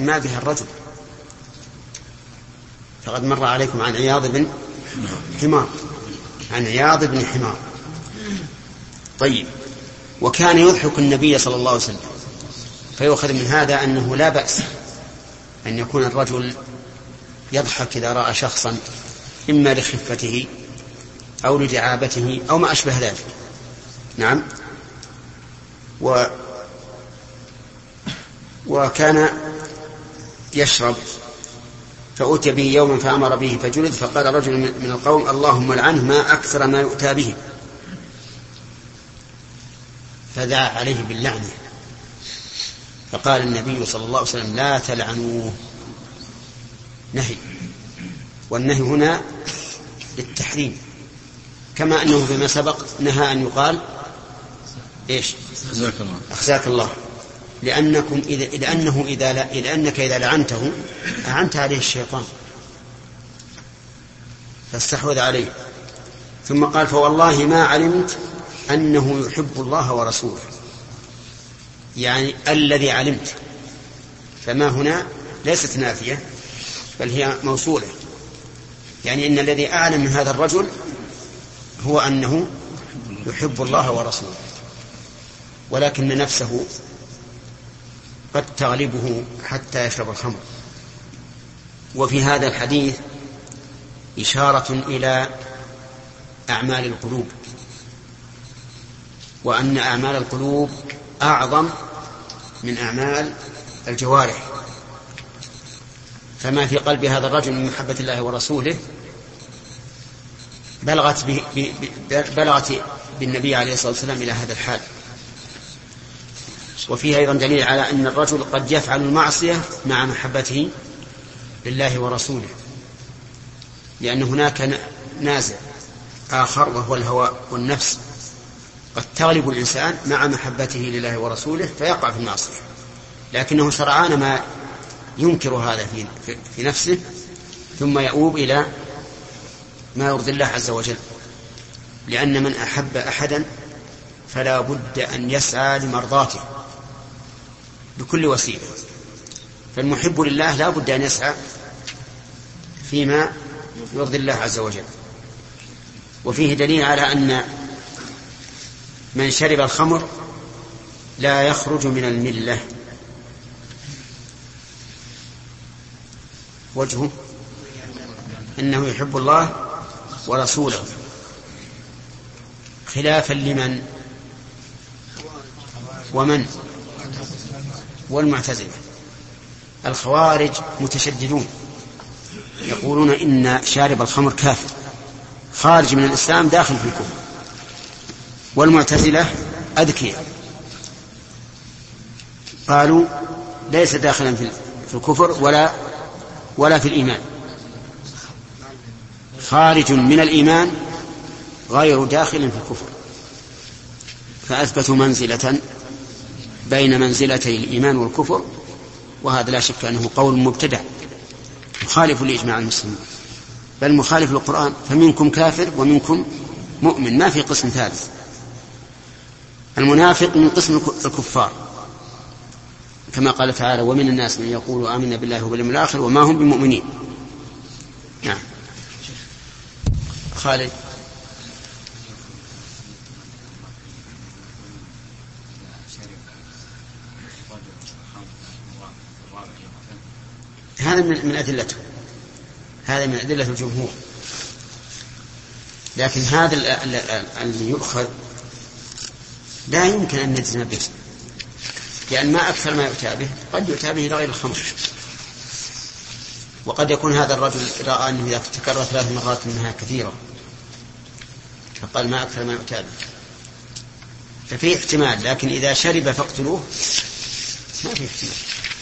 ما بها الرجل، فقد مر عليكم عن عياض بن حمار، عن عياض بن حمار. طيب، وكان يضحك النبي صلى الله عليه وسلم، فيؤخذ من هذا أنه لا بأس أن يكون الرجل يضحك إذا رأى شخصا، إما لخفته أو لدعابته أو ما أشبه ذلك. نعم. وكان يشرب، فأتي به يوما فأمر به فجلد، فقال رجل من القوم: اللهم لعنه، ما أكثر ما يؤتى به. فدعا عليه باللعنة، فقال النبي صلى الله عليه وسلم: لا تلعنوه. نهي، والنهي هنا للتحريم، كما أنه فيما سبق نهى أن يقال إيش؟ أخزاك الله، لأنك إذا لعنته أعنت عليه الشيطان فاستحوذ عليه. ثم قال: فوالله ما علمت أنه يحب الله ورسوله، يعني الذي علمت، فما هنا ليست نافية بل هي موصولة، يعني إن الذي أعلم من هذا الرجل هو أنه يحب الله ورسوله، ولكن نفسه قد تغلبه حتى يشرب الخمر. وفي هذا الحديث إشارة إلى أعمال القلوب، وأن أعمال القلوب أعظم من أعمال الجوارح، فما في قلب هذا الرجل من محبة الله ورسوله بلغت بالنبي عليه الصلاة والسلام إلى هذا الحال. وفيها أيضا دليل على أن الرجل قد يفعل المعصية مع محبته لله ورسوله، لأن هناك نازع آخر وهو الهوى والنفس، قد تغلب الإنسان مع محبته لله ورسوله فيقع في المعصية، لكنه سرعان ما ينكر هذا في نفسه ثم يؤوب إلى ما يرضي الله عز وجل، لأن من أحب أحدا فلا بد أن يسعى لمرضاته بكل وسيلة، فالمحب لله لا بد أن يسعى فيما يرضي الله عز وجل. وفيه دليل على أن من شرب الخمر لا يخرج من الملة. وجهه أنه يحب الله ورسوله، خلافا لمن ومن والمعتزلة. الخوارج متشددون يقولون إن شارب الخمر كافر خارج من الإسلام داخل في الكفر، والمعتزلة أذكياء قالوا ليس داخلا في الكفر ولا في الإيمان، خارج من الإيمان غير داخل في الكفر، فأثبتوا منزلة بين منزلتي الإيمان والكفر، وهذا لا شك أنه قول مبتدع مخالف لإجماع المسلمين، بل مخالف للقرآن: فمنكم كافر ومنكم مؤمن، ما في قسم ثالث. المنافق من قسم الكفار، كما قال تعالى: ومن الناس من يقول آمنا بالله وباليوم الآخر وما هم بمؤمنين. نعم. خالد. هذا من أدلته، هذا من أدلة الجمهور، لكن هذا الذي يؤخذ لا يمكن أن نجزم به، لأن ما أكثر ما يؤتى به قد يؤتى به لغير الخمر، وقد يكون هذا الرجل رأى أنه إذا تكرر 3 مرات أنها كثيرة فقال ما أكثر ما يؤتى به، ففيه احتمال، لكن إذا شرب فاقتلوه ما فيه احتمال.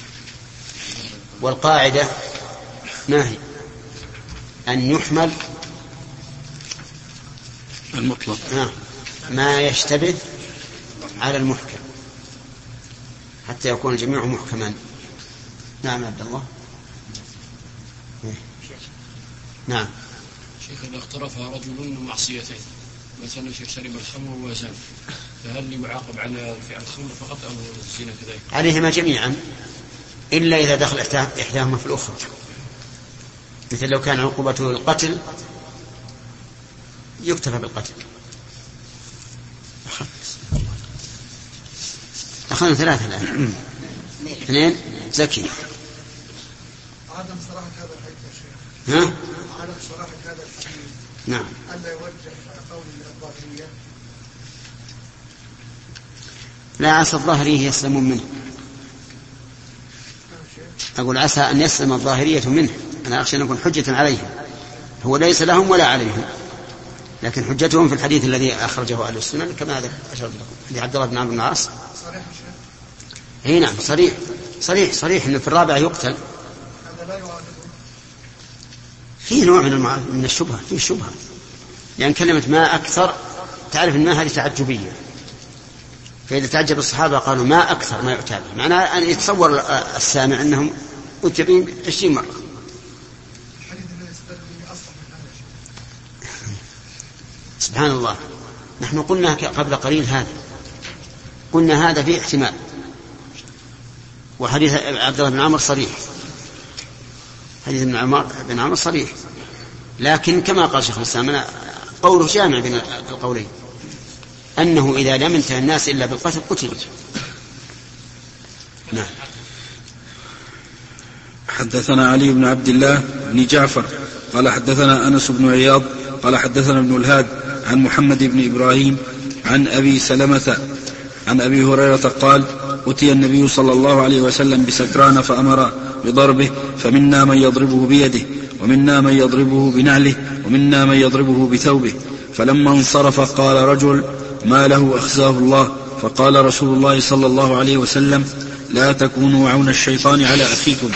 والقاعدة ما هي؟ أن يحمل المطلق ما يشتبه على المحكم حتى يكون الجميع محكما. نعم عبد الله. نعم. شيخ، إذا اقترف رجل معصيتين، مثلا شرب الخمر وزن، فهل يعاقب على فعل الخمر فقط أو الزنا كذلك؟ عليهما جميعا، إلا إذا دخل إحداهما في الأخرى، مثل لو كان عقوبته القتل يكتفى بالقتل. أخذنا 3 الآن. 2 زكي. عدم صراحة هذا الحديث يا شيخ. عدم صراحة هذا الحديث. نعم. ألا يوجه قول الظاهرية. لا، عسى الظاهرية يسلمون منه. أقول عسى أن يسلم الظاهرية منه، أنا أخشى أن يكون حجة عليهم، هو ليس لهم ولا عليهم، لكن حجتهم في الحديث الذي أخرجه أهل السنن كما هذا أشرت لكم، حديث عبد الله بن عمرو بن العاص. صريح اي نعم، صريح انه في الرابعة يقتل. هذا لا يعارضه. فيه نوع من الشبهة، فيه شبهة، لأن كلمة ما أكثر تعرف أن ما هذه تعجبية، فإذا تعجب الصحابة قالوا ما أكثر ما يعتبر، معناه أن يتصور السامع أنهم متبعين 20 مرة. سبحان الله، نحن قلنا قبل قليل قلنا هذا فيه احتمال، وحديث عبد الله بن عمرو صريح، حديث بن عمرو صريح، لكن كما قال شيخ الإسلام قوله جامع بين القولين، أنه إذا لم ينتهي الناس إلا بالقتل قتل. نعم. حدثنا علي بن عبد الله بن جعفر قال حدثنا أنس بن عياض قال حدثنا ابن الهاد عن محمد بن إبراهيم عن أبي سلمة عن أبي هريرة قال أتي النبي صلى الله عليه وسلم بسكران فأمر بضربه، فمنا من يضربه بيده ومنا من يضربه بنعله ومنا من يضربه بثوبه، فلما انصرف قال رجل ما له أخزاه الله، فقال رسول الله صلى الله عليه وسلم لا تكونوا عون الشيطان على أخيكم.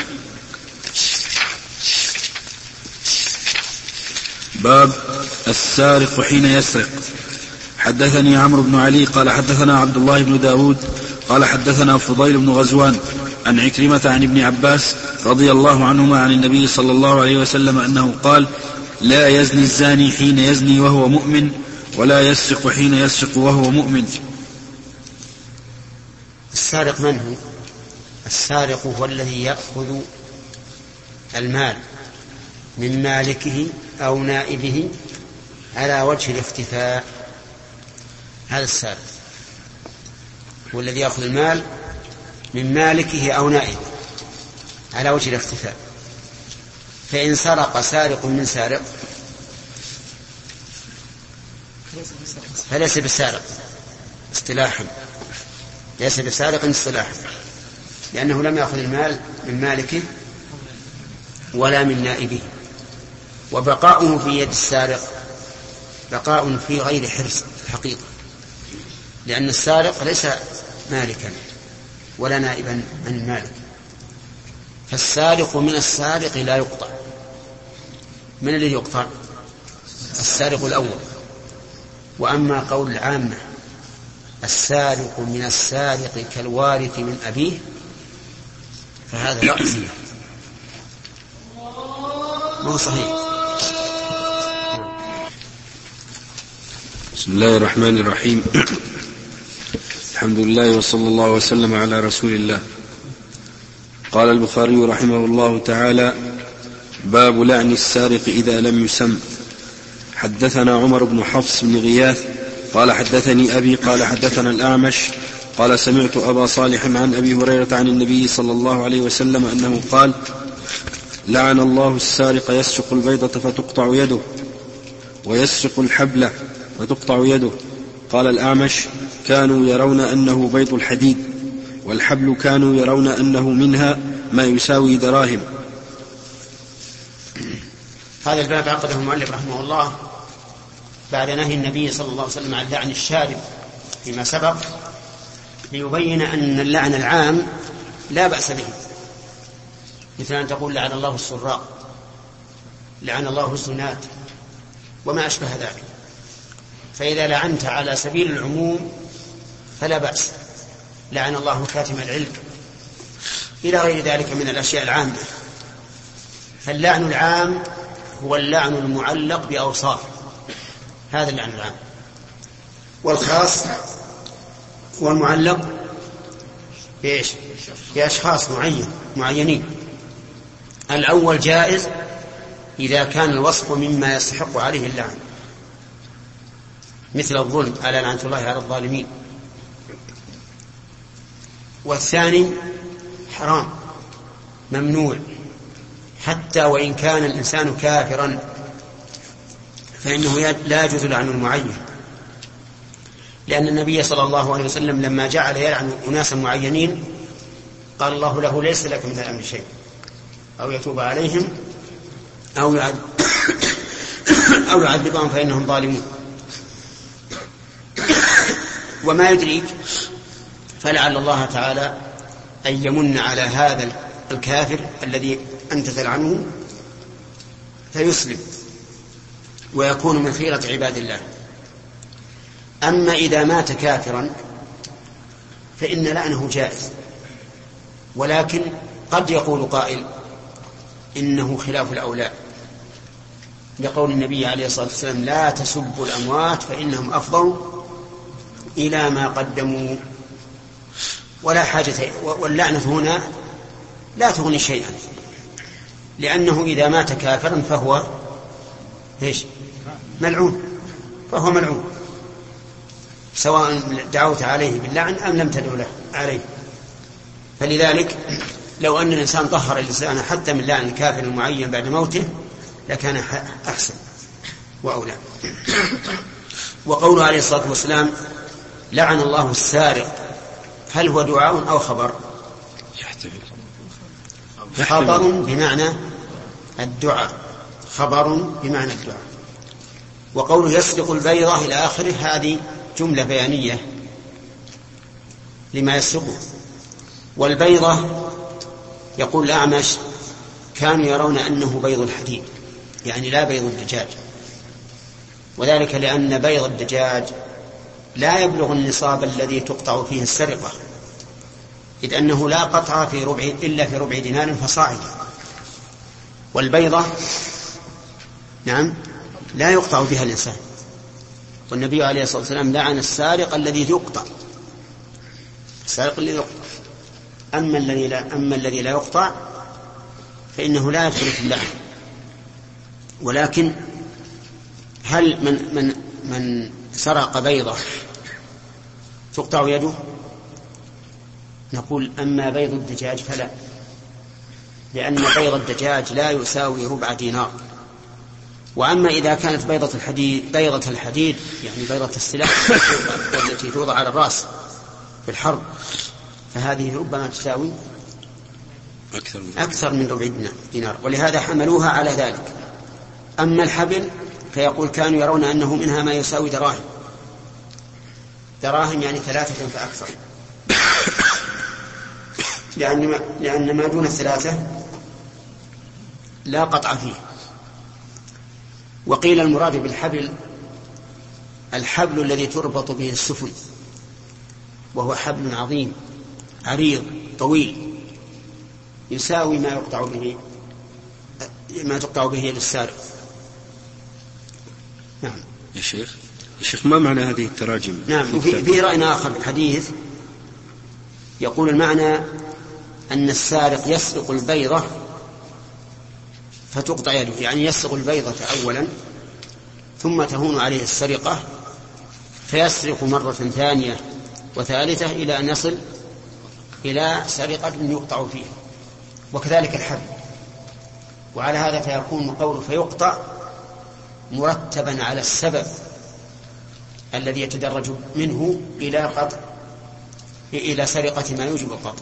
باب السارق حين يسرق. حدثني عمرو بن علي قال حدثنا عبد الله بن داود قال حدثنا فضيل بن غزوان عن عكرمة عن ابن عباس رضي الله عنهما عن النبي صلى الله عليه وسلم أنه قال لا يزني الزاني حين يزني وهو مؤمن ولا يسرق حين يسرق وهو مؤمن. السارق من هو؟ السارق هو الذي يأخذ المال من مالكه أو نائبه على وجه الاختفاء، هذا السارق هو الذي يأخذ المال من مالكه أو نائبه على وجه الاختفاء. فإن سرق سارق من سارق فليس بسارق اصطلاحا، ليس بسارق اصطلاحا، لأنه لم يأخذ المال من مالكه ولا من نائبه، وبقاؤه في يد السارق بقاء في غير حرص الحقيقة، لأن السارق ليس مالكا ولا نائبا عن المالك، فالسارق من السارق لا يقطع. من الذي يقطع؟ السارق الأول. وأما قول العامة السارق من السارق كالوارث من أبيه فهذا لا أصل، مو صحيح. بسم الله الرحمن الرحيم. الحمد لله وصلى الله وسلم على رسول الله. قال البخاري رحمه الله تعالى باب لعن السارق إذا لم يسم. حدثنا عمر بن حفص بن غياث قال حدثني أبي قال حدثنا الأعمش قال سمعت أبا صالح عن أبي هريرة عن النبي صلى الله عليه وسلم أنه قال لعن الله السارق يسرق البيضة فتقطع يده ويسرق الحبل فتقطع يده. قال الأعمش كانوا يرون أنه بيض الحديد، والحبل كانوا يرون أنه منها ما يساوي دراهم. هذا الباب عقده المؤلف رحمه الله بعد نهي النبي صلى الله عليه وسلم عن لعن الشارب فيما سبق، ليبين أن اللعن العام لا بأس به، مثل أن تقول لعن الله السراق، لعن الله الزنات وما أشبه ذلك. فإذا لعنت على سبيل العموم فلا بأس، لعن الله كاتم العلم إلى غير ذلك من الأشياء العامة. فاللعن العام هو اللعن المعلق بأوصاف، هذا اللعن العام، والخاص هو المعلق بإيش؟ بأشخاص معين. معينين. الأول جائز إذا كان الوصف مما يستحق عليه اللعن، مثل الظلم، ألا لعنة الله على الظالمين. والثاني حرام ممنوع، حتى وإن كان الإنسان كافرا فإنه لا يجوز لعن المعين، لأن النبي صلى الله عليه وسلم لما جعل يلعن أناسا معينين قال الله له: ليس لك من الأمر شيء، أو يتوب عليهم أو يعذبهم فإنهم ظالمون. وما يدريك، فلعل الله تعالى أن يمن على هذا الكافر الذي أنت تلعنه فيسلم ويكون من خيرة عباد الله. أما إذا مات كافرا فإن لعنه جائز، ولكن قد يقول قائل إنه خلاف الأولى، لقول النبي عليه الصلاة والسلام: لا تسبوا الأموات فإنهم أفضوا إلى ما قدموا. ولا حاجة، واللعنة هنا لا تغني شيئا، لأنه إذا مات كافرا فهو ملعون، فهو ملعون سواء دعوت عليه باللعن أم لم تدعو له عليه. فلذلك لو أن الإنسان طهر اللسان حتى من لعن الكافر المعين بعد موته لكان أحسن وأولى. وقوله عليه الصلاة والسلام: لعن الله السارق، هل هو دعاء أو خبر؟ خبر بمعنى الدعاء، خبر بمعنى الدعاء. وقوله يسرق البيضة إلى آخره هذه جملة بيانية لما يسرقه. والبيضة يقول الأعمش: كانوا يرون أنه بيض الحديد، يعني لا بيض الدجاج، وذلك لأن بيض الدجاج لا يبلغ النصاب الذي تقطع فيه السرقة، إذ أنه لا قطع إلا في ربع دينار فصاعدا. والبيضة لا يقطع بها الإنسان، والنبي عليه الصلاة والسلام لعن السارق الذي يقطع، السارق الذي يقطع. أما الذي لا يقطع فإنه لا يدخل في اللعن. ولكن هل من سرق بيضة تقطع يده؟ نقول: أما بيض الدجاج فلا، لأن بيض الدجاج لا يساوي ربع دينار. وأما إذا كانت بيضة الحديد يعني بيضة السلاح التي توضع على الرأس في الحرب، فهذه ربما تساوي أكثر من ربع دينار، ولهذا حملوها على ذلك. أما الحبل فيقول: كانوا يرون أنه منها ما يساوي دراهم يعني 3 فأكثر، لأن ما دون 3 لا قطع فيه. وقيل المراد بالحبل الحبل الذي تربط به السفن، وهو حبل عظيم عريض طويل يساوي ما تقطع به للسارق. نعم يا شيخ ما معنى هذه التراجم؟ نعم، في رأي آخر الحديث يقول المعنى أن السارق يسرق البيضة فتقطع يده، يعني يسرق البيضة أولا ثم تهون عليه السرقة فيسرق مرة ثانية وثالثة إلى أن يصل إلى سرقة يقطع فيها. وكذلك الحبل. وعلى هذا فيكون قوله فيقطع مرتبا على السبب الذي يتدرج منه إلى سرقة ما يوجب القطع.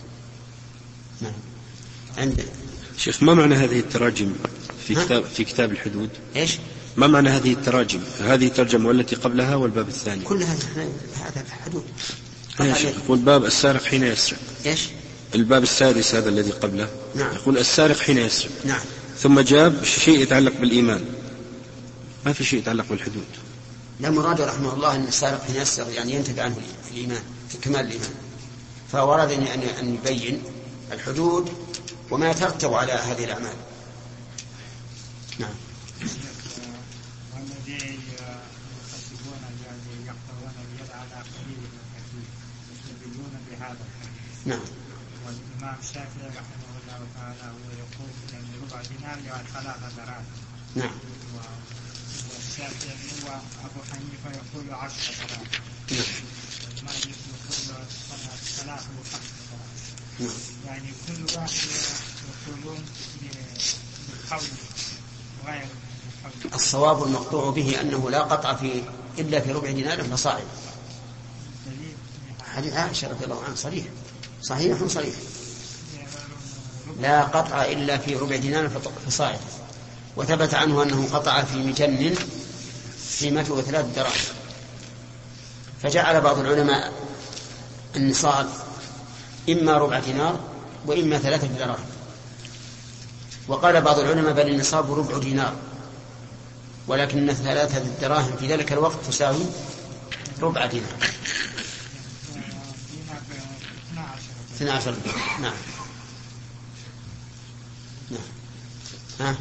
عندنا شيخ، ما معنى هذه التراجم في كتاب الحدود؟ إيش؟ ما معنى هذه التراجم؟ هذه الترجمة والتي قبلها والباب الثاني؟ كل هذا الحدود. يقول باب السارق حين يسرق. إيش؟ الباب السادس هذا الذي قبله. نعم. يقول السارق حين يسرق. نعم. ثم جاب شيء يتعلق بالإيمان، ما في شيء يتعلق بالحدود. لا، مراد رحمه الله أن السارق حين يسرق يعني ينتفع عنه الإيمان، في كمال الإيمان، فأراد أن يبين الحدود وما يترتب على هذه الأعمال. نعم. والذي يقصدون يقطعون اليد على قليل وكثير يستدلون بهذا الحديث. نعم. الإمام الشافعي رحمه الله تعالى ويقول يعني ربع دينار يعني 3 دراهم. نعم. والشافعي وأبو حنيفة يقول 10 دراهم. نعم. والمالك يقول 3 و5 دراهم. نعم. يعني كل واحد يقولون بالقول غير بالقول. الصواب المقطوع به أنه لا قطع إلا في ربع دينار فصاعد. حديث عائشة رضي الله عنها صريح صحيح صريح، لا قطع إلا في ربع دينار فصاعد. وثبت عنه أنه قطع في مجن قيمته 3 دراهم. فجعل بعض العلماء النصاب إما ربع دينار وإما 3 دراهم. وقال بعض العلماء بل النصاب ربع دينار، ولكن 3 دراهم في ذلك الوقت تساوي ربع دينار. 12. نعم. نعم. ها.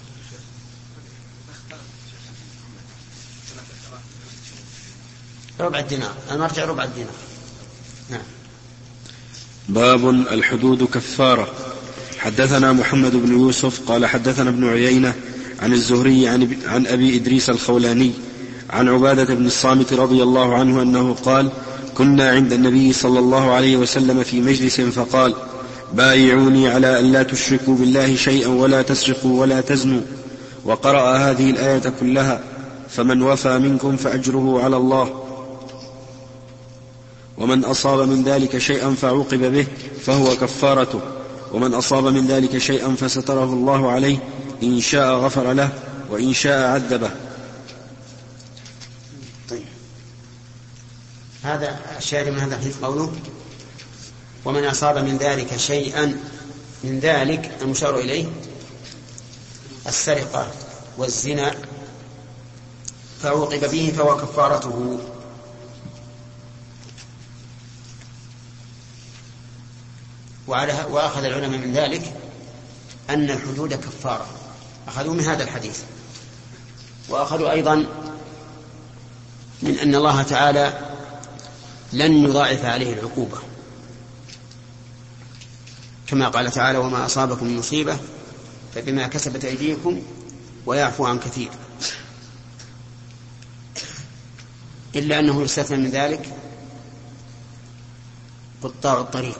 ربع الدينار، المرجع ربع الدينار. نعم. باب الحدود كفارة. حدثنا محمد بن يوسف قال حدثنا ابن عيينة عن الزهري عن أبي إدريس الخولاني عن عبادة بن الصامت رضي الله عنه أنه قال: كنا عند النبي صلى الله عليه وسلم في مجلس فقال: بايعوني على أن لا تشركوا بالله شيئا ولا تسرقوا ولا تزنوا، وقرأ هذه الآية كلها: فمن وفى منكم فأجره على الله، ومن أصاب من ذلك شيئا فعوقب به فهو كفارته، ومن أصاب من ذلك شيئا فستره الله عليه، إن شاء غفر له وإن شاء عذبه. هذا الشاهد من هذا الحديث قوله: ومن أصاب من ذلك شيئا. من ذلك المشار إليه السرقة والزنا فعوقب به فهو كفارته. وأخذ العلماء من ذلك أن الحدود كفارة، أخذوا من هذا الحديث. وأخذوا أيضا من أن الله تعالى لن يضاعف عليه العقوبة، كما قال تعالى: وما أصابكم من مصيبة فبما كسبت أيديكم ويعفو عن كثير. إلا أنه يستثنى من ذلك قطاع الطريق،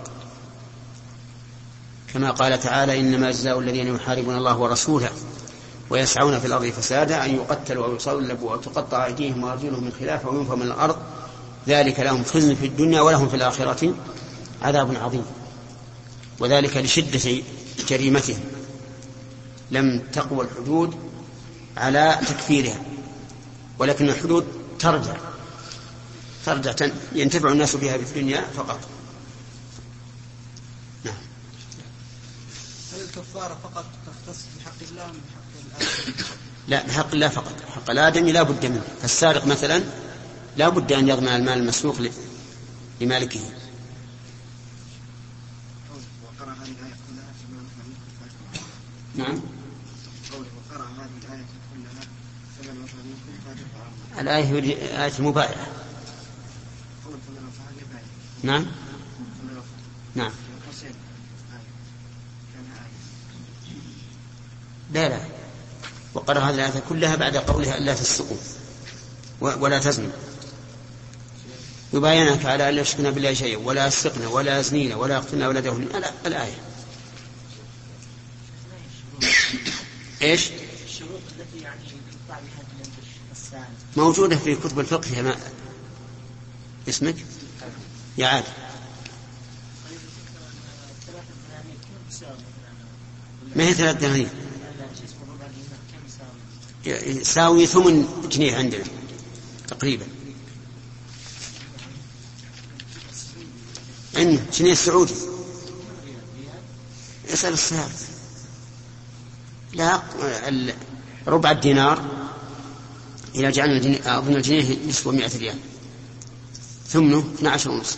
كما قال تعالى: إنما جزاء الذين يحاربون الله ورسوله ويسعون في الأرض فسادا أن يقتلوا أو يصلبوا أو تقطع أيديهم وأرجلهم من خلاف أو ينفوا من الأرض، ذلك لهم خزي في الدنيا ولهم في الآخرة عذاب عظيم. وذلك لشدة جريمتهم، لم تقوى الحدود على تكفيرها، ولكن الحدود ترجع ينتفع الناس بها في الدنيا فقط. نعم. هل الكفارة فقط تختص بحق الله من حق الآدمي؟ لا، بحق الله فقط. حق الآدمي لا بد منه. فالسارق مثلا لا بد أن يضمن المال المسروق لمالكه. نعم. الآية هي آية المبايعة. نعم. نعم. لا وقرأ هذه الآية كلها بعد قولها ألا تسرقوا ولا تزنوا، يبايعنك على أن لا يشركن بالله شيئا ولا يسرقن ولا يزنين ولا يقتلن أولادهن. الآية إيش؟ الشروط التي يعني يقطع بها السائل موجودة في كتب الفقه. ما اسمك يا عاد؟ ما هي 3 دنانير؟ يساوي 8 جنيه عندنا تقريبا. عندنا جنيه السعودي. اسأل الصياد. لا، ربع الدينار إذا جعلنا أظن الجنيه نصف 100 ريال، ثمنه 12.5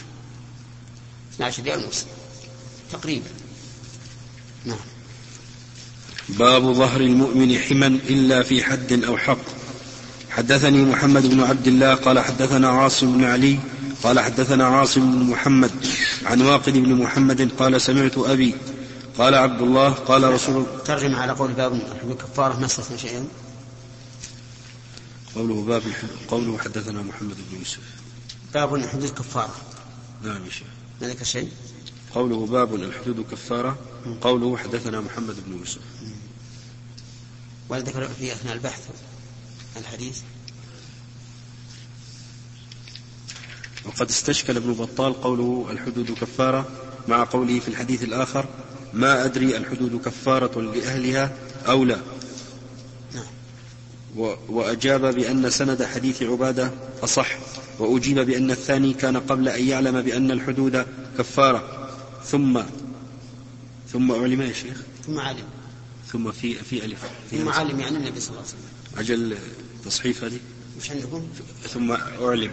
ريال ونص تقريبا. نعم. باب ظهر المؤمن حما إلا في حد أو حق. حدثني محمد بن عبد الله قال حدثنا عاصم بن علي قال حدثنا عاصم بن محمد عن واقد بن محمد قال سمعت أبي قال عبد الله قال رسول الله. ترجم على قول باب الكفارة نصف شيئا. قوله حدثنا محمد بن يوسف باب الحدود الكفارة. نعم يا شيخ. ما ذكر شيء. قوله باب الحدود كفارة. قوله حدثنا محمد بن يوسف. ولا ذكر في أثناء البحث الحديث. وقد استشكل ابن بطال قوله الحدود كفارة مع قوله في الحديث الآخر ما أدري الحدود كفارة لأهلها أو لا. وأجاب بأن سند حديث عبادة أصح، وأجيب بأن الثاني كان قبل أن يعلم بأن الحدود كفارة ثم علم يا شيخ. ثم علم. ثم في ألف. ثم علم يعني النبي صلى الله عليه وسلم. عجل تصحيف هذه. مش عندكم؟ ثم أعلم.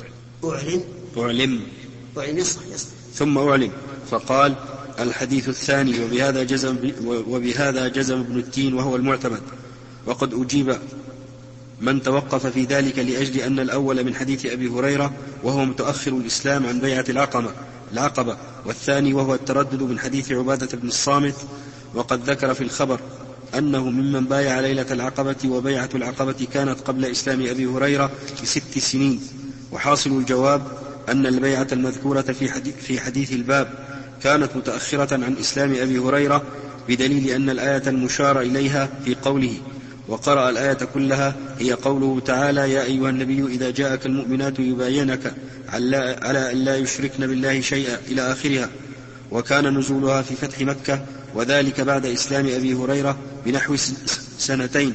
يصح. ثم أعلم فقال الحديث الثاني وبهذا جزم ابن التين وهو المعتمد. وقد أجيب من توقف في ذلك لأجل أن الأول من حديث أبي هريرة وهو متأخر الإسلام عن بيعة العقبة، والثاني وهو التردد من حديث عبادة بن الصامت. وقد ذكر في الخبر أنه ممن بايع ليلة العقبة، وبيعة العقبة كانت قبل إسلام أبي هريرة ب6 سنين. وحاصل الجواب أن البيعة المذكورة في حديث الباب كانت متأخرة عن إسلام أبي هريرة، بدليل أن الآية المشار إليها في قوله وقرأ الآية كلها هي قوله تعالى يا أيها النبي إذا جاءك المؤمنات يبايعنك على أن لا يشركن بالله شيئا إلى آخرها. وكان نزولها في فتح مكة، وذلك بعد إسلام أبي هريرة بنحو 2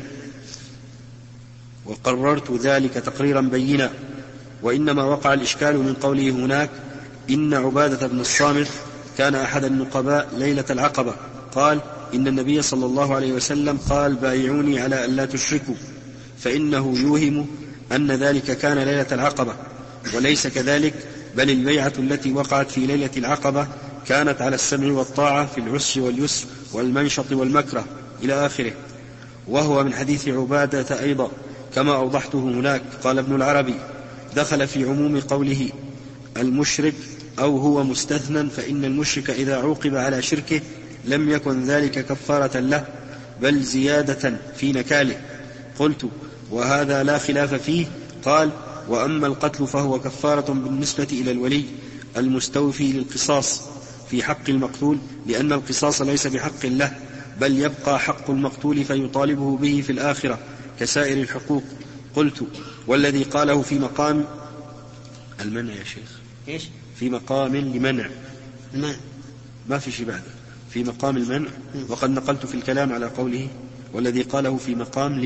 وقررت ذلك تقريرا بينا. وإنما وقع الإشكال من قوله هناك إن عبادة بن الصامت كان أحد النقباء ليلة العقبة، قال إن النبي صلى الله عليه وسلم قال بايعوني على أن لا تشركوا، فإنه يوهم أن ذلك كان ليلة العقبة، وليس كذلك، بل البيعة التي وقعت في ليلة العقبة كانت على السمع والطاعة في العسر واليسر والمنشط والمكره إلى آخره. وهو من حديث عبادة أيضا كما أوضحته هناك. قال ابن العربي دخل في عموم قوله المشرك أو هو مستثنى، فإن المشرك إذا عوقب على شركه لم يكن ذلك كفارة له بل زيادة في نكاله. قلت وهذا لا خلاف فيه. قال وأما القتل فهو كفارة بالنسبة إلى الولي المستوفي للقصاص في حق المقتول، لأن القصاص ليس بحق له بل يبقى حق المقتول فيطالبه به في الآخرة كسائر الحقوق. قلت والذي قاله في مقام المنع يا شيخ. إيش؟ في مقام لمنع المنع ما في شيء بعده، في مقام المنع. وقد نقلت في الكلام على قوله والذي قاله في مقام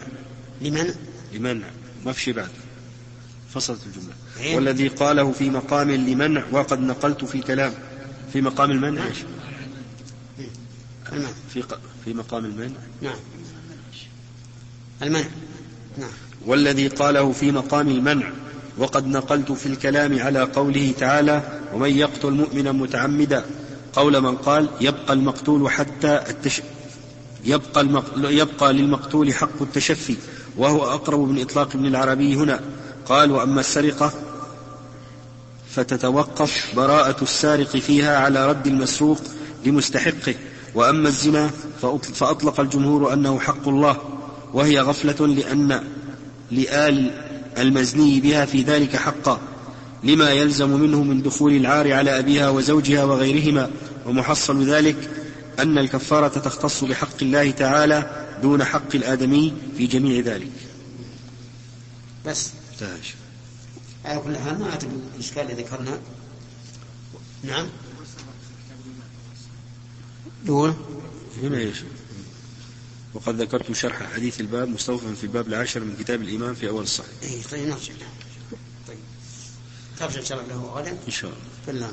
لمنع ما في شيء بعده، فصلت الجملة. والذي قاله في مقام لمنع وقد نقلت في الكلام في مقام المنع. في مقام المنع. نعم المنع. نعم. والذي قاله في مقام المنع وقد نقلت في الكلام على قوله تعالى ومن يقتل مؤمنا متعمدا، قول من قال يبقى المقتول يبقى للمقتول حق التشفي، وهو أقرب من إطلاق ابن العربي هنا. قال وأما السرقة فتتوقف براءة السارق فيها على رد المسروق لمستحقه، وأما الزنا فأطلق الجمهور أنه حق الله، وهي غفلة لأن لآل المزني بها في ذلك حقا، لما يلزم منه من دخول العار على أبيها وزوجها وغيرهما. ومحصل ذلك أن الكفارة تختص بحق الله تعالى دون حق الآدمي في جميع ذلك. بس على كل حال ما أعتقد الإشكال اللي ذكرنا. نعم دول هنا يا شيخ. وقد ذكرت شرح حديث الباب مستوفا في الباب 10 من كتاب الإمام في أول الصحيح. طيب نرجع. طيب ترجع إن شاء الله له غدا إن شاء الله.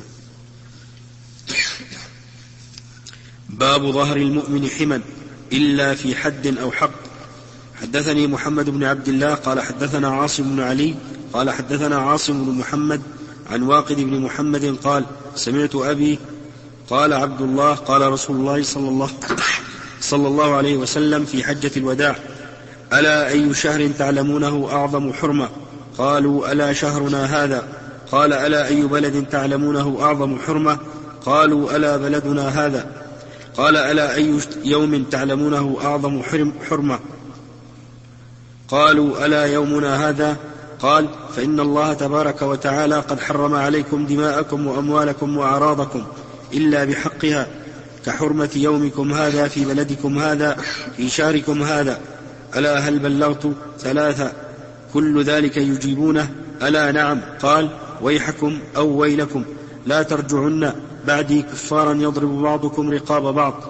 باب ظهر المؤمن حما إلا في حد أو حق. حدثني محمد بن عبد الله قال حدثنا عاصم بن علي قال حدثنا عاصم بن محمد عن واقد بن محمد قال سمعت أبي قال عبد الله قال رسول الله صلى الله عليه وسلم في حجة الوداع ألا أي شهر تعلمونه أعظم حرمة؟ قالوا ألا شهرنا هذا. قال ألا أي بلد تعلمونه أعظم حرمة؟ قالوا ألا بلدنا هذا. قال ألا أي يوم تعلمونه أعظم حرمة؟ قالوا ألا يومنا هذا. قال فإن الله تبارك وتعالى قد حرم عليكم دماءكم وأموالكم وأعراضكم إلا بحقها، كحرمة يومكم هذا في بلدكم هذا في شهركم هذا. ألا هل بلغت؟ 3. كل ذلك يجيبونه ألا نعم. قال ويحكم أو ويلكم لا ترجعن بعدي كفارا يضرب بعضكم رقاب بعض.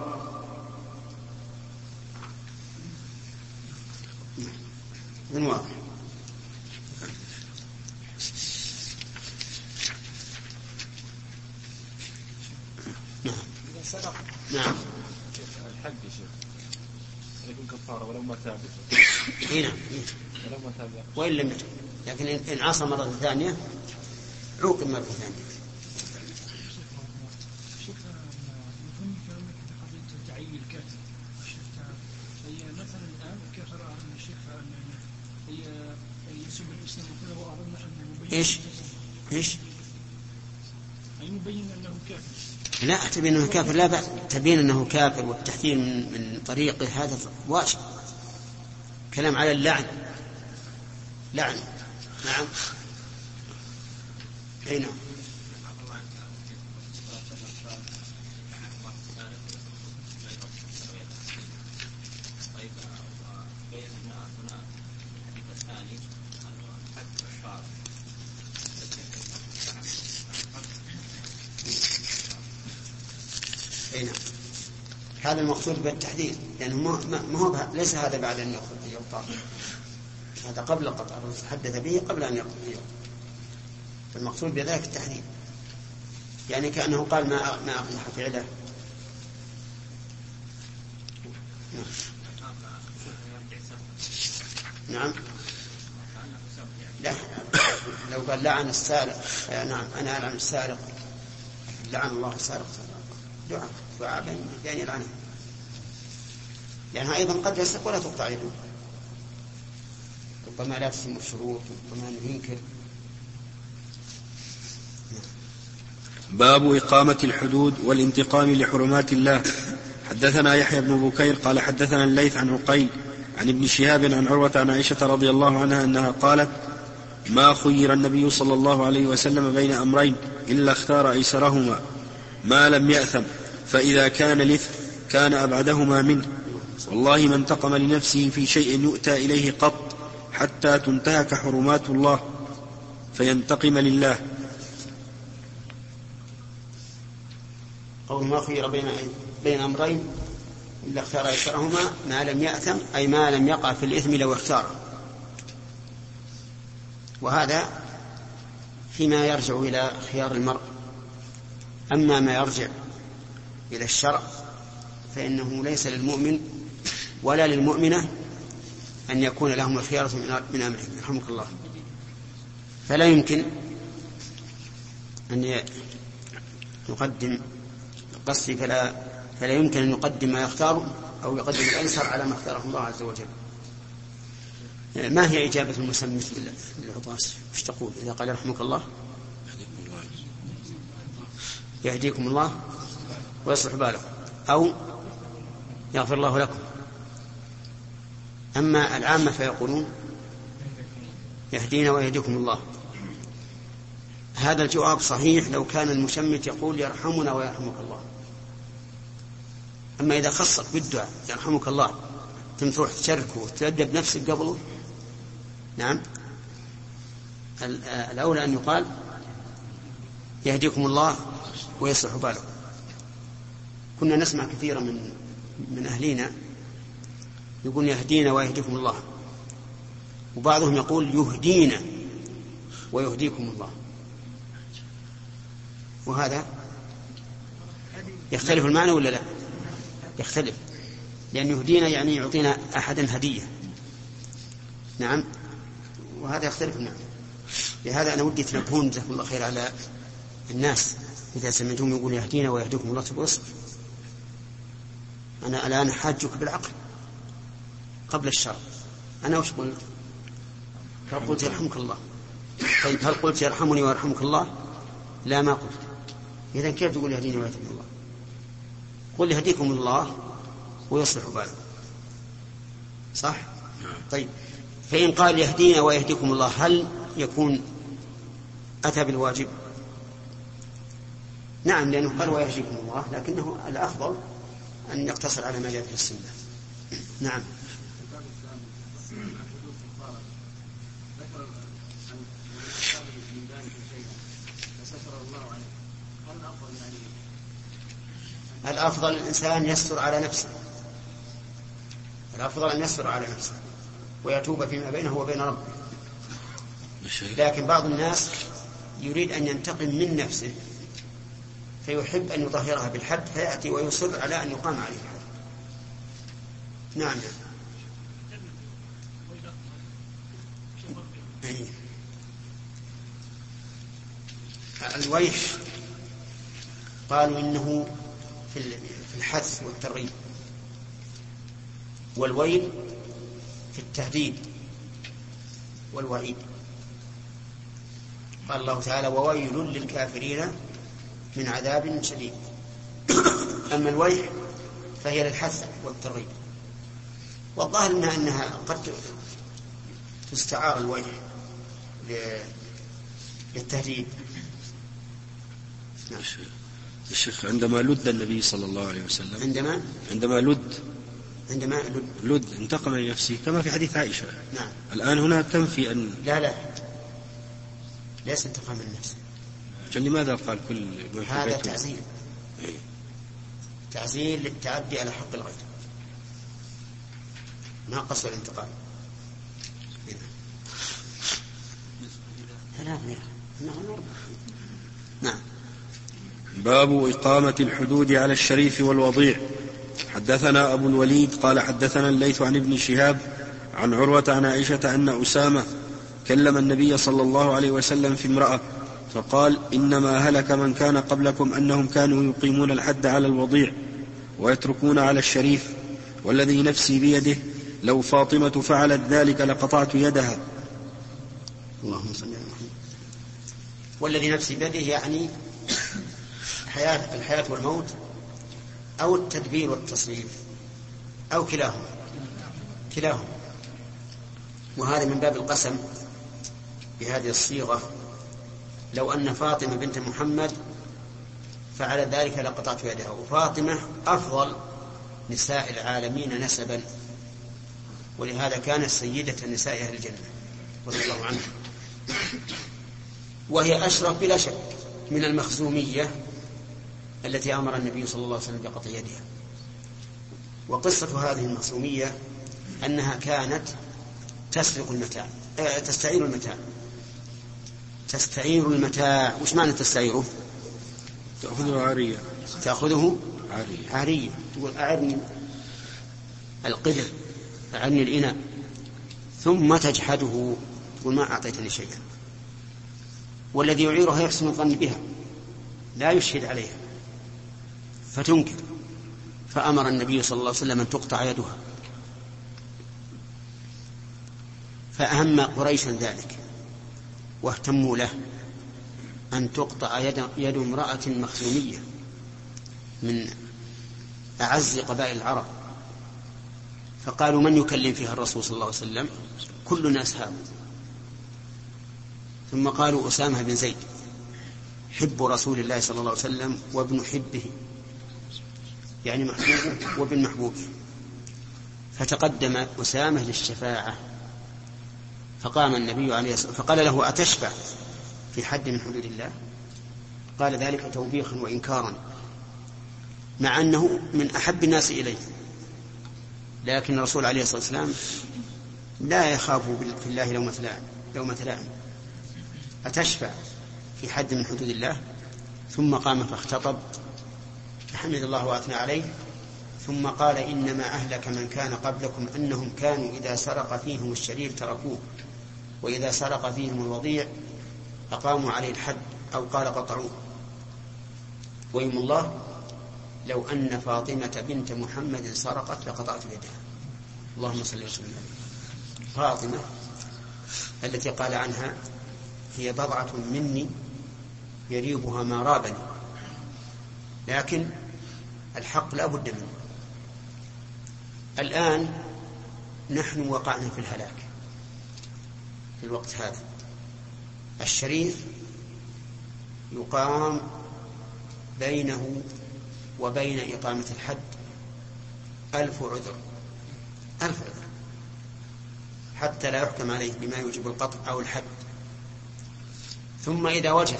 من واضح. نعم. الحد يا شيخ يكون كفارة ولو ما تاب. نعم. ولو ما تاب وإن لم يتب، لكن إن عصى مرة ثانية عوقب مرة ثانية. تعيين الكافر. هي مثلا الآن الكافر أعلم الشيخ هي يسب الإسلام وكذا وأعلم أنه إيش؟ أي مبين أنه كافر. لا تبين أنه كافر، لا بأس تبين أنه كافر، والتحذير من طريقه هذا واجب. كلام على اللعن. نعم. أي نعم. هذا المقصود بالتحديد، لأنه ما هو ليس هذا بعد أن يقطع، هذا قبل قطع، حدث به قبل أن يقطع. فالمقصود بذلك التحديد، يعني كأنه قال ما أقنح فعله. نعم. لا، لو قال لعن السارق، نعم أنا ألعن السارق، لعن الله السارق، دعاء بين العنه، لأنها أيضا قد يسرق ولا تقطع يده، ربما لا تتم الشروط، ربما ينكر. باب إقامة الحدود والانتقام لحرمات الله. حدثنا يحيى بن بكير قال حدثنا الليث عن عقيل عن ابن شهاب عن عروة عن عائشة رضي الله عنها أنها قالت ما خير النبي صلى الله عليه وسلم بين أمرين إلا اختار أيسرهما ما لم يأثم، فإذا كان الإثم كان أبعدهما منه. والله ما انتقم لنفسه في شيء يؤتى إليه قط حتى تنتهك حرمات الله فينتقم لله. قول ما خير بين أمرين إلا اختار أيسرهما ما لم يأثم، أي ما لم يقع في الإثم لو اختاره. وهذا فيما يرجع إلى خيار المرء. أما ما يرجع إلى الشرع فإنه ليس للمؤمن ولا للمؤمنة أن يكون لهم الخيارة من أمرهم. رحمك الله. فلا يمكن أن يقدم قصدي فلا يمكن أن يقدم ما يختاره أو يقدم الأيسر على ما اختاره الله عز وجل. ما هي إجابة المسمى للعطاس؟ ايش تقول إذا قال رحمك الله؟ يهديكم الله ويصلح بالكم، أو يغفر الله لكم. أما العامة فيقولون يهدينا ويهديكم الله. هذا الجواب صحيح لو كان المشمت يقول يرحمنا ويرحمك الله. أما إذا خصك بالدعاء يرحمك الله تروح تشركه وتأدب نفسك قبله، نعم، الأولى أن يقال يهديكم الله ويصلح بالكم. كنا نسمع كثيرا من أهلنا يقول يهدينا ويهديكم الله، وبعضهم يقول يهدينا ويهديكم الله، وهذا يختلف المعنى ولا لا؟ يختلف، لأن يهدينا يعني يعطينا أحدا هدية، نعم، وهذا يختلف المعنى. لهذا أنا ودي تنبهون جزاكم الله خير على الناس إذا سمعتم يقول يهدينا ويهديكم الله تقول اصبر، أنا الآن حاجك بالعقل قبل الشرع. أنا وش قلت؟ فقلت يرحمك الله، طيب هل قلت يرحمني ويرحمك الله؟ لا، ما قلت. إذن كيف تقول يهديني ويهديكم الله؟ قل يهديكم الله ويصلح بالكم، صح؟ طيب فإن قال يهدينا ويهديكم الله هل يكون أتى بالواجب؟ نعم، لأنه قال ويهديكم الله، لكنه الأفضل أن يقتصر على ما جاء في السنة. نعم. الأفضل الإنسان يستر على نفسه، الأفضل أن يستر على نفسه ويتوب فيما بينه وبين ربه. لكن بعض الناس يريد أن ينتقم من نفسه فيحب أن يطهرها بالحد، فيأتي ويصر على أن يقام عليه الحد. نعم. الويح قالوا إنه في الحث والترغيب، والويل في التهديد والوعيد. قال الله تعالى وويل للكافرين من عذاب شديد. أما الويح فهي للحث والترغيب، والظاهر أنها قد تستعار الويح للتهديد. نعم. الشيخ عندما لد النبي صلى الله عليه وسلم عندما لد انتقم لنفسه كما في حديث عائشة. نعم. الآن هنا تنفي أن لا ليس انتقام من نفسه. لماذا قال كل هذا تعزير للتعدي على حق الغير، ما قصد الانتقام. نعم. باب إقامة الحدود على الشريف والوضيع. حدثنا أبو الوليد قال حدثنا الليث عن ابن شهاب عن عروة عن عائشة أن أسامة كلم النبي صلى الله عليه وسلم في امرأة فقال إنما هلك من كان قبلكم أنهم كانوا يقيمون الحد على الوضيع ويتركون على الشريف، والذي نفسي بيده لو فاطمة فعلت ذلك لقطعت يدها. اللهم صل على محمد. والذي نفسي بيده يعني الحياة والموت أو التدبير والتصريف أو كلاهما. وهذا من باب القسم بهذه الصيغة. لو أن فاطمة بنت محمد فعل ذلك لقطعت يدها. وفاطمة أفضل نساء العالمين نسبا، ولهذا كانت سيدة نساء أهل الجنة رضي الله عنها، وهي أشرف بلا شك من المخزومية التي أمر النبي صلى الله عليه وسلم بقطع يدها. وقصة هذه المخزومية أنها كانت تسرق المتاع، تستعير المتاع. وش معنى تستعيره؟ تأخذه عارية. تقول أعرني القدر، أعرني الإناء، ثم تجحده، تقول ما أعطيتني شيئا. والذي يعيرها يحسن الظن بها، لا يشهد عليها فتنكر. فأمر النبي صلى الله عليه وسلم أن تقطع يدها، فأهم قريشا ذلك واهتموا له أن تقطع يد امرأة مخزومية من أعز قبائل العرب. فقالوا من يكلم فيها الرسول صلى الله عليه وسلم؟ كلنا أصحابه. ثم قالوا أسامة بن زيد حب رسول الله صلى الله عليه وسلم وابن حبه، يعني محبوبه وابن محبوبه. فتقدم أسامة للشفاعة، فقام النبي عليه الصلاة والسلام فقال له أتشفع في حد من حدود الله؟ قال ذلك توبيخا وإنكارا، مع أنه من أحب الناس إليه. لكن الرسول عليه الصلاة والسلام لا يخاف في الله لومة لائم. أتشفع في حد من حدود الله؟ ثم قام فاختطب فحمد الله وأثنى عليه، ثم قال إنما أهلك من كان قبلكم أنهم كانوا إذا سرق فيهم الشريف تركوه، وإذا سرق فيهم الوضيع أقاموا عليه الحد، أو قال قطعوه. ويم الله لو أن فاطمة بنت محمد سرقت لقطعت يدها. اللهم صل وسلم. فاطمة التي قال عنها هي بضعة مني يريبها ما رابني، لكن الحق لا بد منه. الآن نحن وقعنا في الهلاك في الوقت هذا. الشريف يقام بينه وبين إقامة الحد 1000 عذر، 1000 عذر، حتى لا يحكم عليه بما يوجب القطع أو الحد. ثم إذا وجد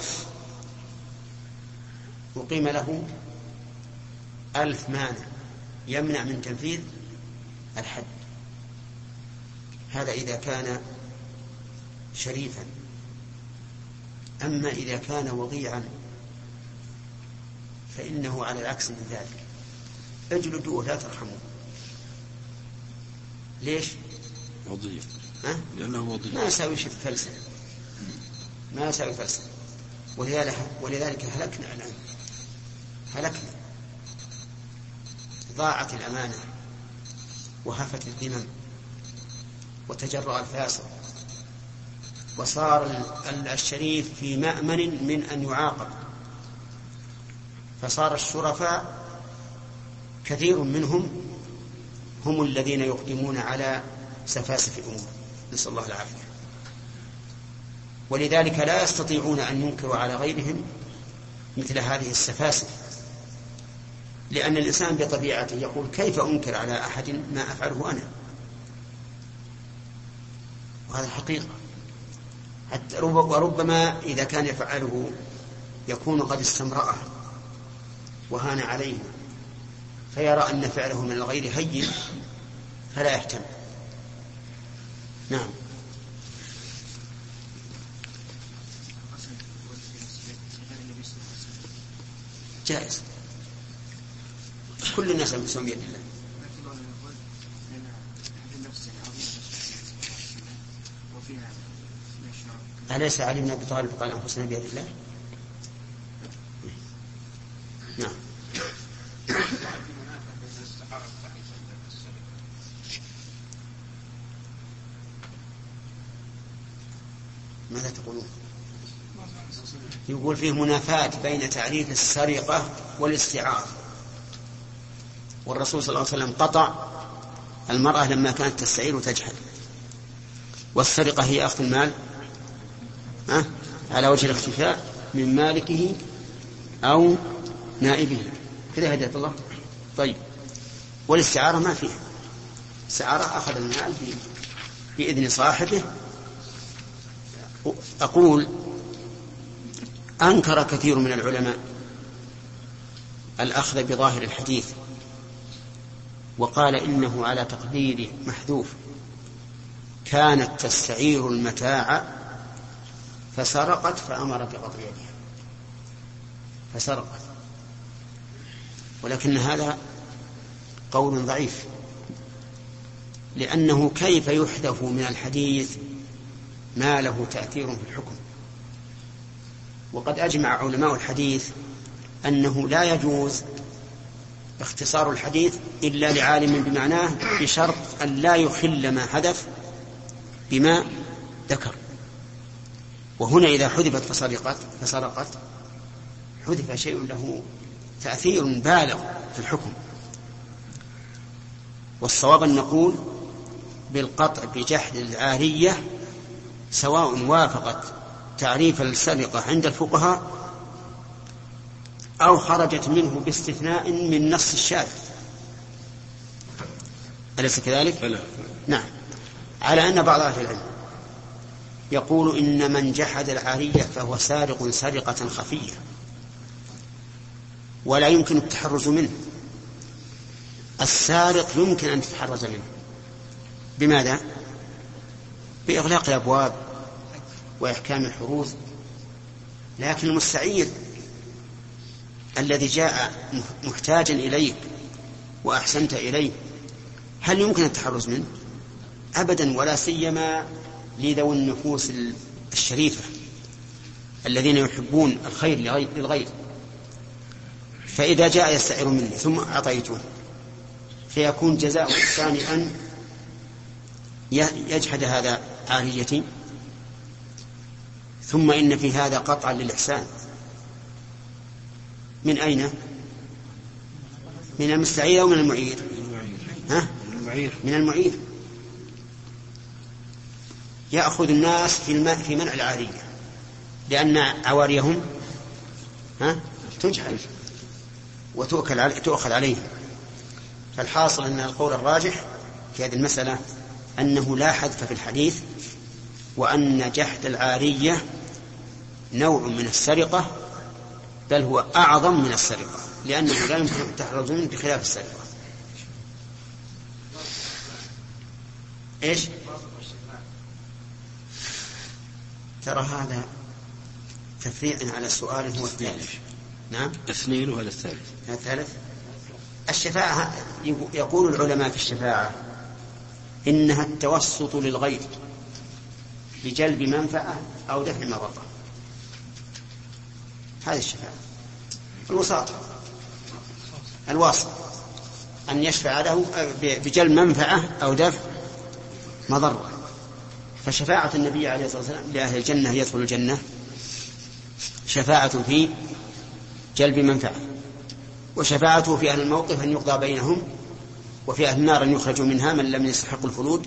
أقيم له 1000 مانع يمنع من تنفيذ الحد. هذا إذا كان شريفا. أما إذا كان وضيعا فإنه على العكس من ذلك، اجلدوه لا ترحموه. ليش؟ وضيع، لأنه وضيع، ما يساوي شيء فلسة، ما يساوي فلسة. ولذلك هلكنا الآن، هلكنا، ضاعت الأمانة وهفت الذمم وتجرأ الفاسق، وصار الشريف في مأمن من أن يعاقب. فصار الشرفاء كثير منهم هم الذين يقدمون على سفاسف الأمور، نسأل الله العافية. ولذلك لا يستطيعون أن ينكروا على غيرهم مثل هذه السفاسف، لأن الإنسان بطبيعته يقول كيف أنكر على أحد ما أفعله أنا؟ وهذا حقيقة. وربما إذا كان يفعله يكون قد استمرأه وهان عليه، فيرى أن فعله من الغير هين فلا يهتم. نعم. جائز، كل الناس يلبسون بيد الله. أليس علي بن أبي طالب قال أنفسنا بيد الله؟ نعم. ماذا تقولون؟ يقول فيه منافاة بين تعريف السرقة والاستعارة، والرسول صلى الله عليه وسلم قطع المرأة لما كانت تستعير وتجحد. والسرقة هي أخذ المال على وجه الاختفاء من مالكه أو نائبه، كذا هداية الله. طيب، والاستعارة ما فيها استعارة، أخذ المال بإذن صاحبه. أقول أنكر كثير من العلماء الأخذ بظاهر الحديث، وقال إنه على تقدير محذوف: كانت تستعير المتاع فسرقت فأمر بقطع يدها، فسرقت. ولكن هذا قول ضعيف، لأنه كيف يحذف من الحديث ما له تأثير في الحكم؟ وقد أجمع علماء الحديث أنه لا يجوز اختصار الحديث إلا لعالم بمعناه، بشرط أن لا يخل ما حدث بما ذكر. وهنا إذا حذفت فسرقت حذف شيء له تأثير بالغ في الحكم. والصواب أن نقول بالقطع بجحد العارية سواء وافقت تعريف السرقة عند الفقهاء أو خرجت منه باستثناء من نص الشارع. أليس كذلك؟ نعم. على أن بعض أهل العلم يقول إن من جحد العارية فهو سارق سرقة خفية ولا يمكن التحرز منه. السارق يمكن أن تتحرز منه. بماذا؟ بإغلاق الأبواب وإحكام الحروز. لكن المستعير الذي جاء محتاجا إليك وأحسنت إليه هل يمكن التحرز منه؟ أبدا، ولا سيما لذوي النفوس الشريفة الذين يحبون الخير للغير. فإذا جاء يستعير مني ثم أعطيته فيكون جزاء الثاني أن يجحد هذا عاريتي، ثم إن في هذا قطعا للإحسان. من أين؟ من المستعير أو من المعير؟ من المعير. يأخذ الناس في منع العارية لأن عواريهم تجهل وتؤخذ عليهم. فالحاصل أن القول الراجح في هذه المسألة أنه لا حذف في الحديث، وأن جحد العارية نوع من السرقة، بل هو أعظم من السرقة، لأنه لا يمكن أن تحرز منه بخلاف السرقة. إيش؟ ترى هذا تفريع على سؤال هو الثالث. نعم، 2 وهذا الثالث. الشفاعة يقول العلماء في الشفاعة إنها التوسط للغير بجلب منفعة أو دفع مضرة. هذه الشفاعة. الواسط أن يشفع له بجلب منفعة أو دفع مضرة. فشفاعة النبي عليه الصلاة والسلام لأهل الجنة يدخل الجنة شفاعة في جلب منفعة، وشفاعته في أهل الموقف أن يقضى بينهم، وفي أهل النار أن يخرجوا منها من لم يستحق الخلود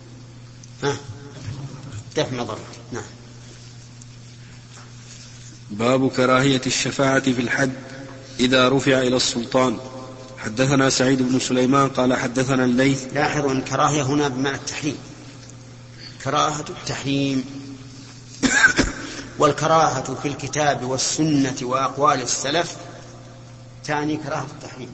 دفع مضرة. نعم. باب كراهية الشفاعة في الحد إذا رفع إلى السلطان. حدثنا سعيد بن سليمان قال حدثنا الليث. لاحظوا أن الكراهية هنا بمعنى التحريم، كراهة التحريم. والكراهة في الكتاب والسنة وأقوال السلف تعني كراهة التحريم،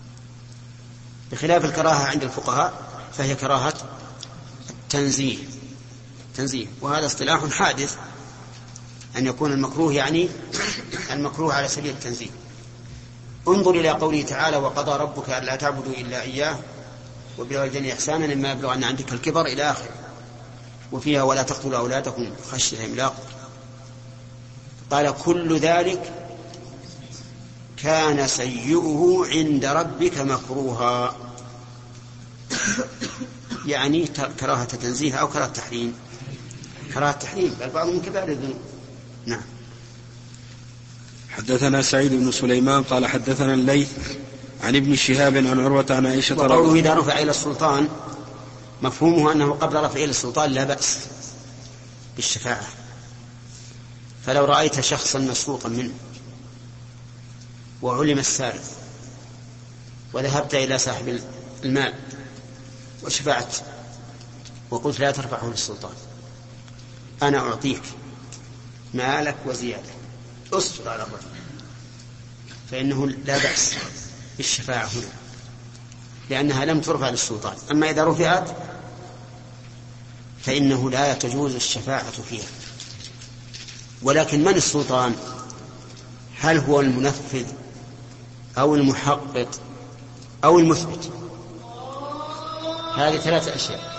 بخلاف الكراهة عند الفقهاء فهي كراهة التنزيه. وهذا اصطلاح حادث، أن يكون المكروه يعني المكروه على سبيل التنزيه. انظر إلى قوله تعالى: وقضى ربك ألا تعبدوا إلا إياه وبالوالدين إحسانا إما يبلغن عندك الكبر إلى آخره. وفيها: ولا تقتلوا أولادكم خشية إملاق. قال: كل ذلك كان سيئه عند ربك مكروها، يعني كراهة تنزيه أو كراهة تحريم. كراهة تحريم، بل بعض من كبار الذنوب. نعم. حدثنا سعيد بن سليمان قال حدثنا الليث عن ابن شهاب عن عروة عن عائشة رضي الله عنها. وقوله إذا رفع إلى السلطان مفهومه أنه قبل رفع إلى السلطان لا بأس بالشفاعة. فلو رأيت شخصا مسروقا منه وعلم السارق وذهبت إلى صاحب المال وشفعت وقلت: لا ترفعه للسلطان، أنا أعطيك مالك وزيادة، أستر على الرجل، فإنه لا بأس بالشفاعة هنا لأنها لم ترفع للسلطان. أما إذا رفعت فإنه لا تجوز الشفاعة فيها. ولكن من السلطان؟ هل هو المنفذ أو المحقق أو المثبت؟ هذه 3 أشياء: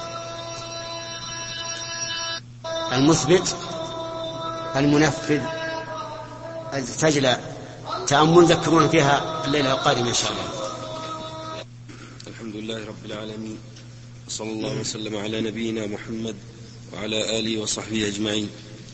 المثبت، المنفذ. تجلى تأمل ذكرون فيها الليلة القادمة إن شاء الله. الحمد لله رب العالمين، صلى الله وسلم على نبينا محمد وعلى آله وصحبه أجمعين.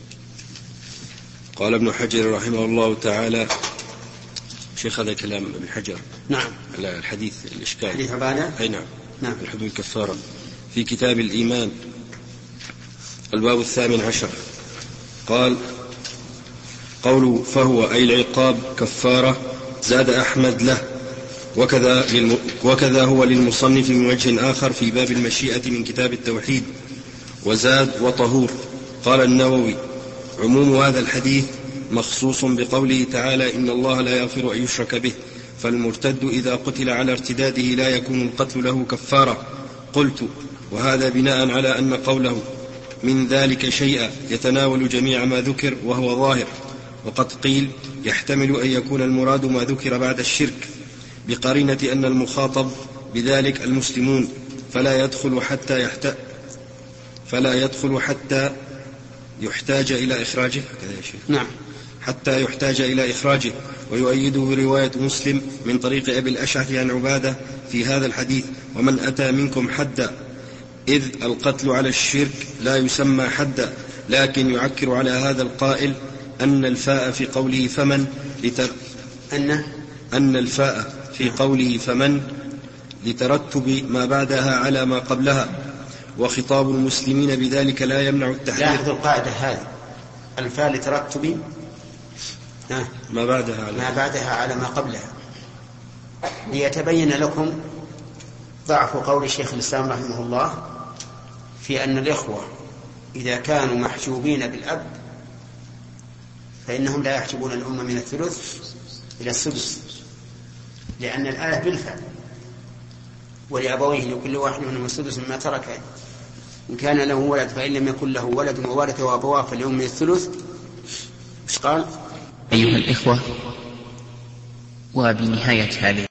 قال ابن حجر رحمه الله تعالى، شيخ هذا كلام ابن حجر. نعم. على الحديث الإشكال، حديث عبادة. أي نعم. نعم. الحدود كفارة في كتاب الإيمان الباب 18. قال: قول فهو أي العقاب كفارة، زاد أحمد له، وكذا هو للمصنف من وجه آخر في باب المشيئة من كتاب التوحيد، وزاد وطهور. قال النووي: عموم هذا الحديث مخصوص بقوله تعالى: إن الله لا يغفر أن يشرك به، فالمرتد إذا قتل على ارتداده لا يكون القتل له كفارة. قلت: وهذا بناء على أن قوله من ذلك شيئا يتناول جميع ما ذكر وهو ظاهر. وقد قيل يحتمل أن يكون المراد ما ذكر بعد الشرك، بقرينة أن المخاطب بذلك المسلمون، فلا يدخل حتى يحتاج إلى إخراجه. نعم. حتى يحتاج إلى إخراجه. ويؤيده رواية مسلم من طريق أبي الأشعث عن عبادة في هذا الحديث: ومن أتى منكم حدا، إذ القتل على الشرك لا يسمى حدا، لكن يعكر على هذا القائل أن الفاء في قوله فمن أن الفاء في قوله فمن لترتب ما بعدها على ما قبلها، وخطاب المسلمين بذلك لا يمنع التحريم. لاحظوا القاعدة هذه، الفاء لترتب ما بعدها على ما قبلها، ليتبين لكم ضعف قول شيخ الإسلام رحمه الله في أن الإخوة إذا كانوا محجوبين بالأب فإنهم لا يحجبون الأمة من الثلث إلى السدس، لأن الآية بالفعل ولأبويه لكل واحد منهم السدس مما ترك إن كان له ولد، فإن لم يكن له ولد وورثه أبواه فليؤم الثلث. إيش قال؟ أيها الإخوة، وبنهاية هذه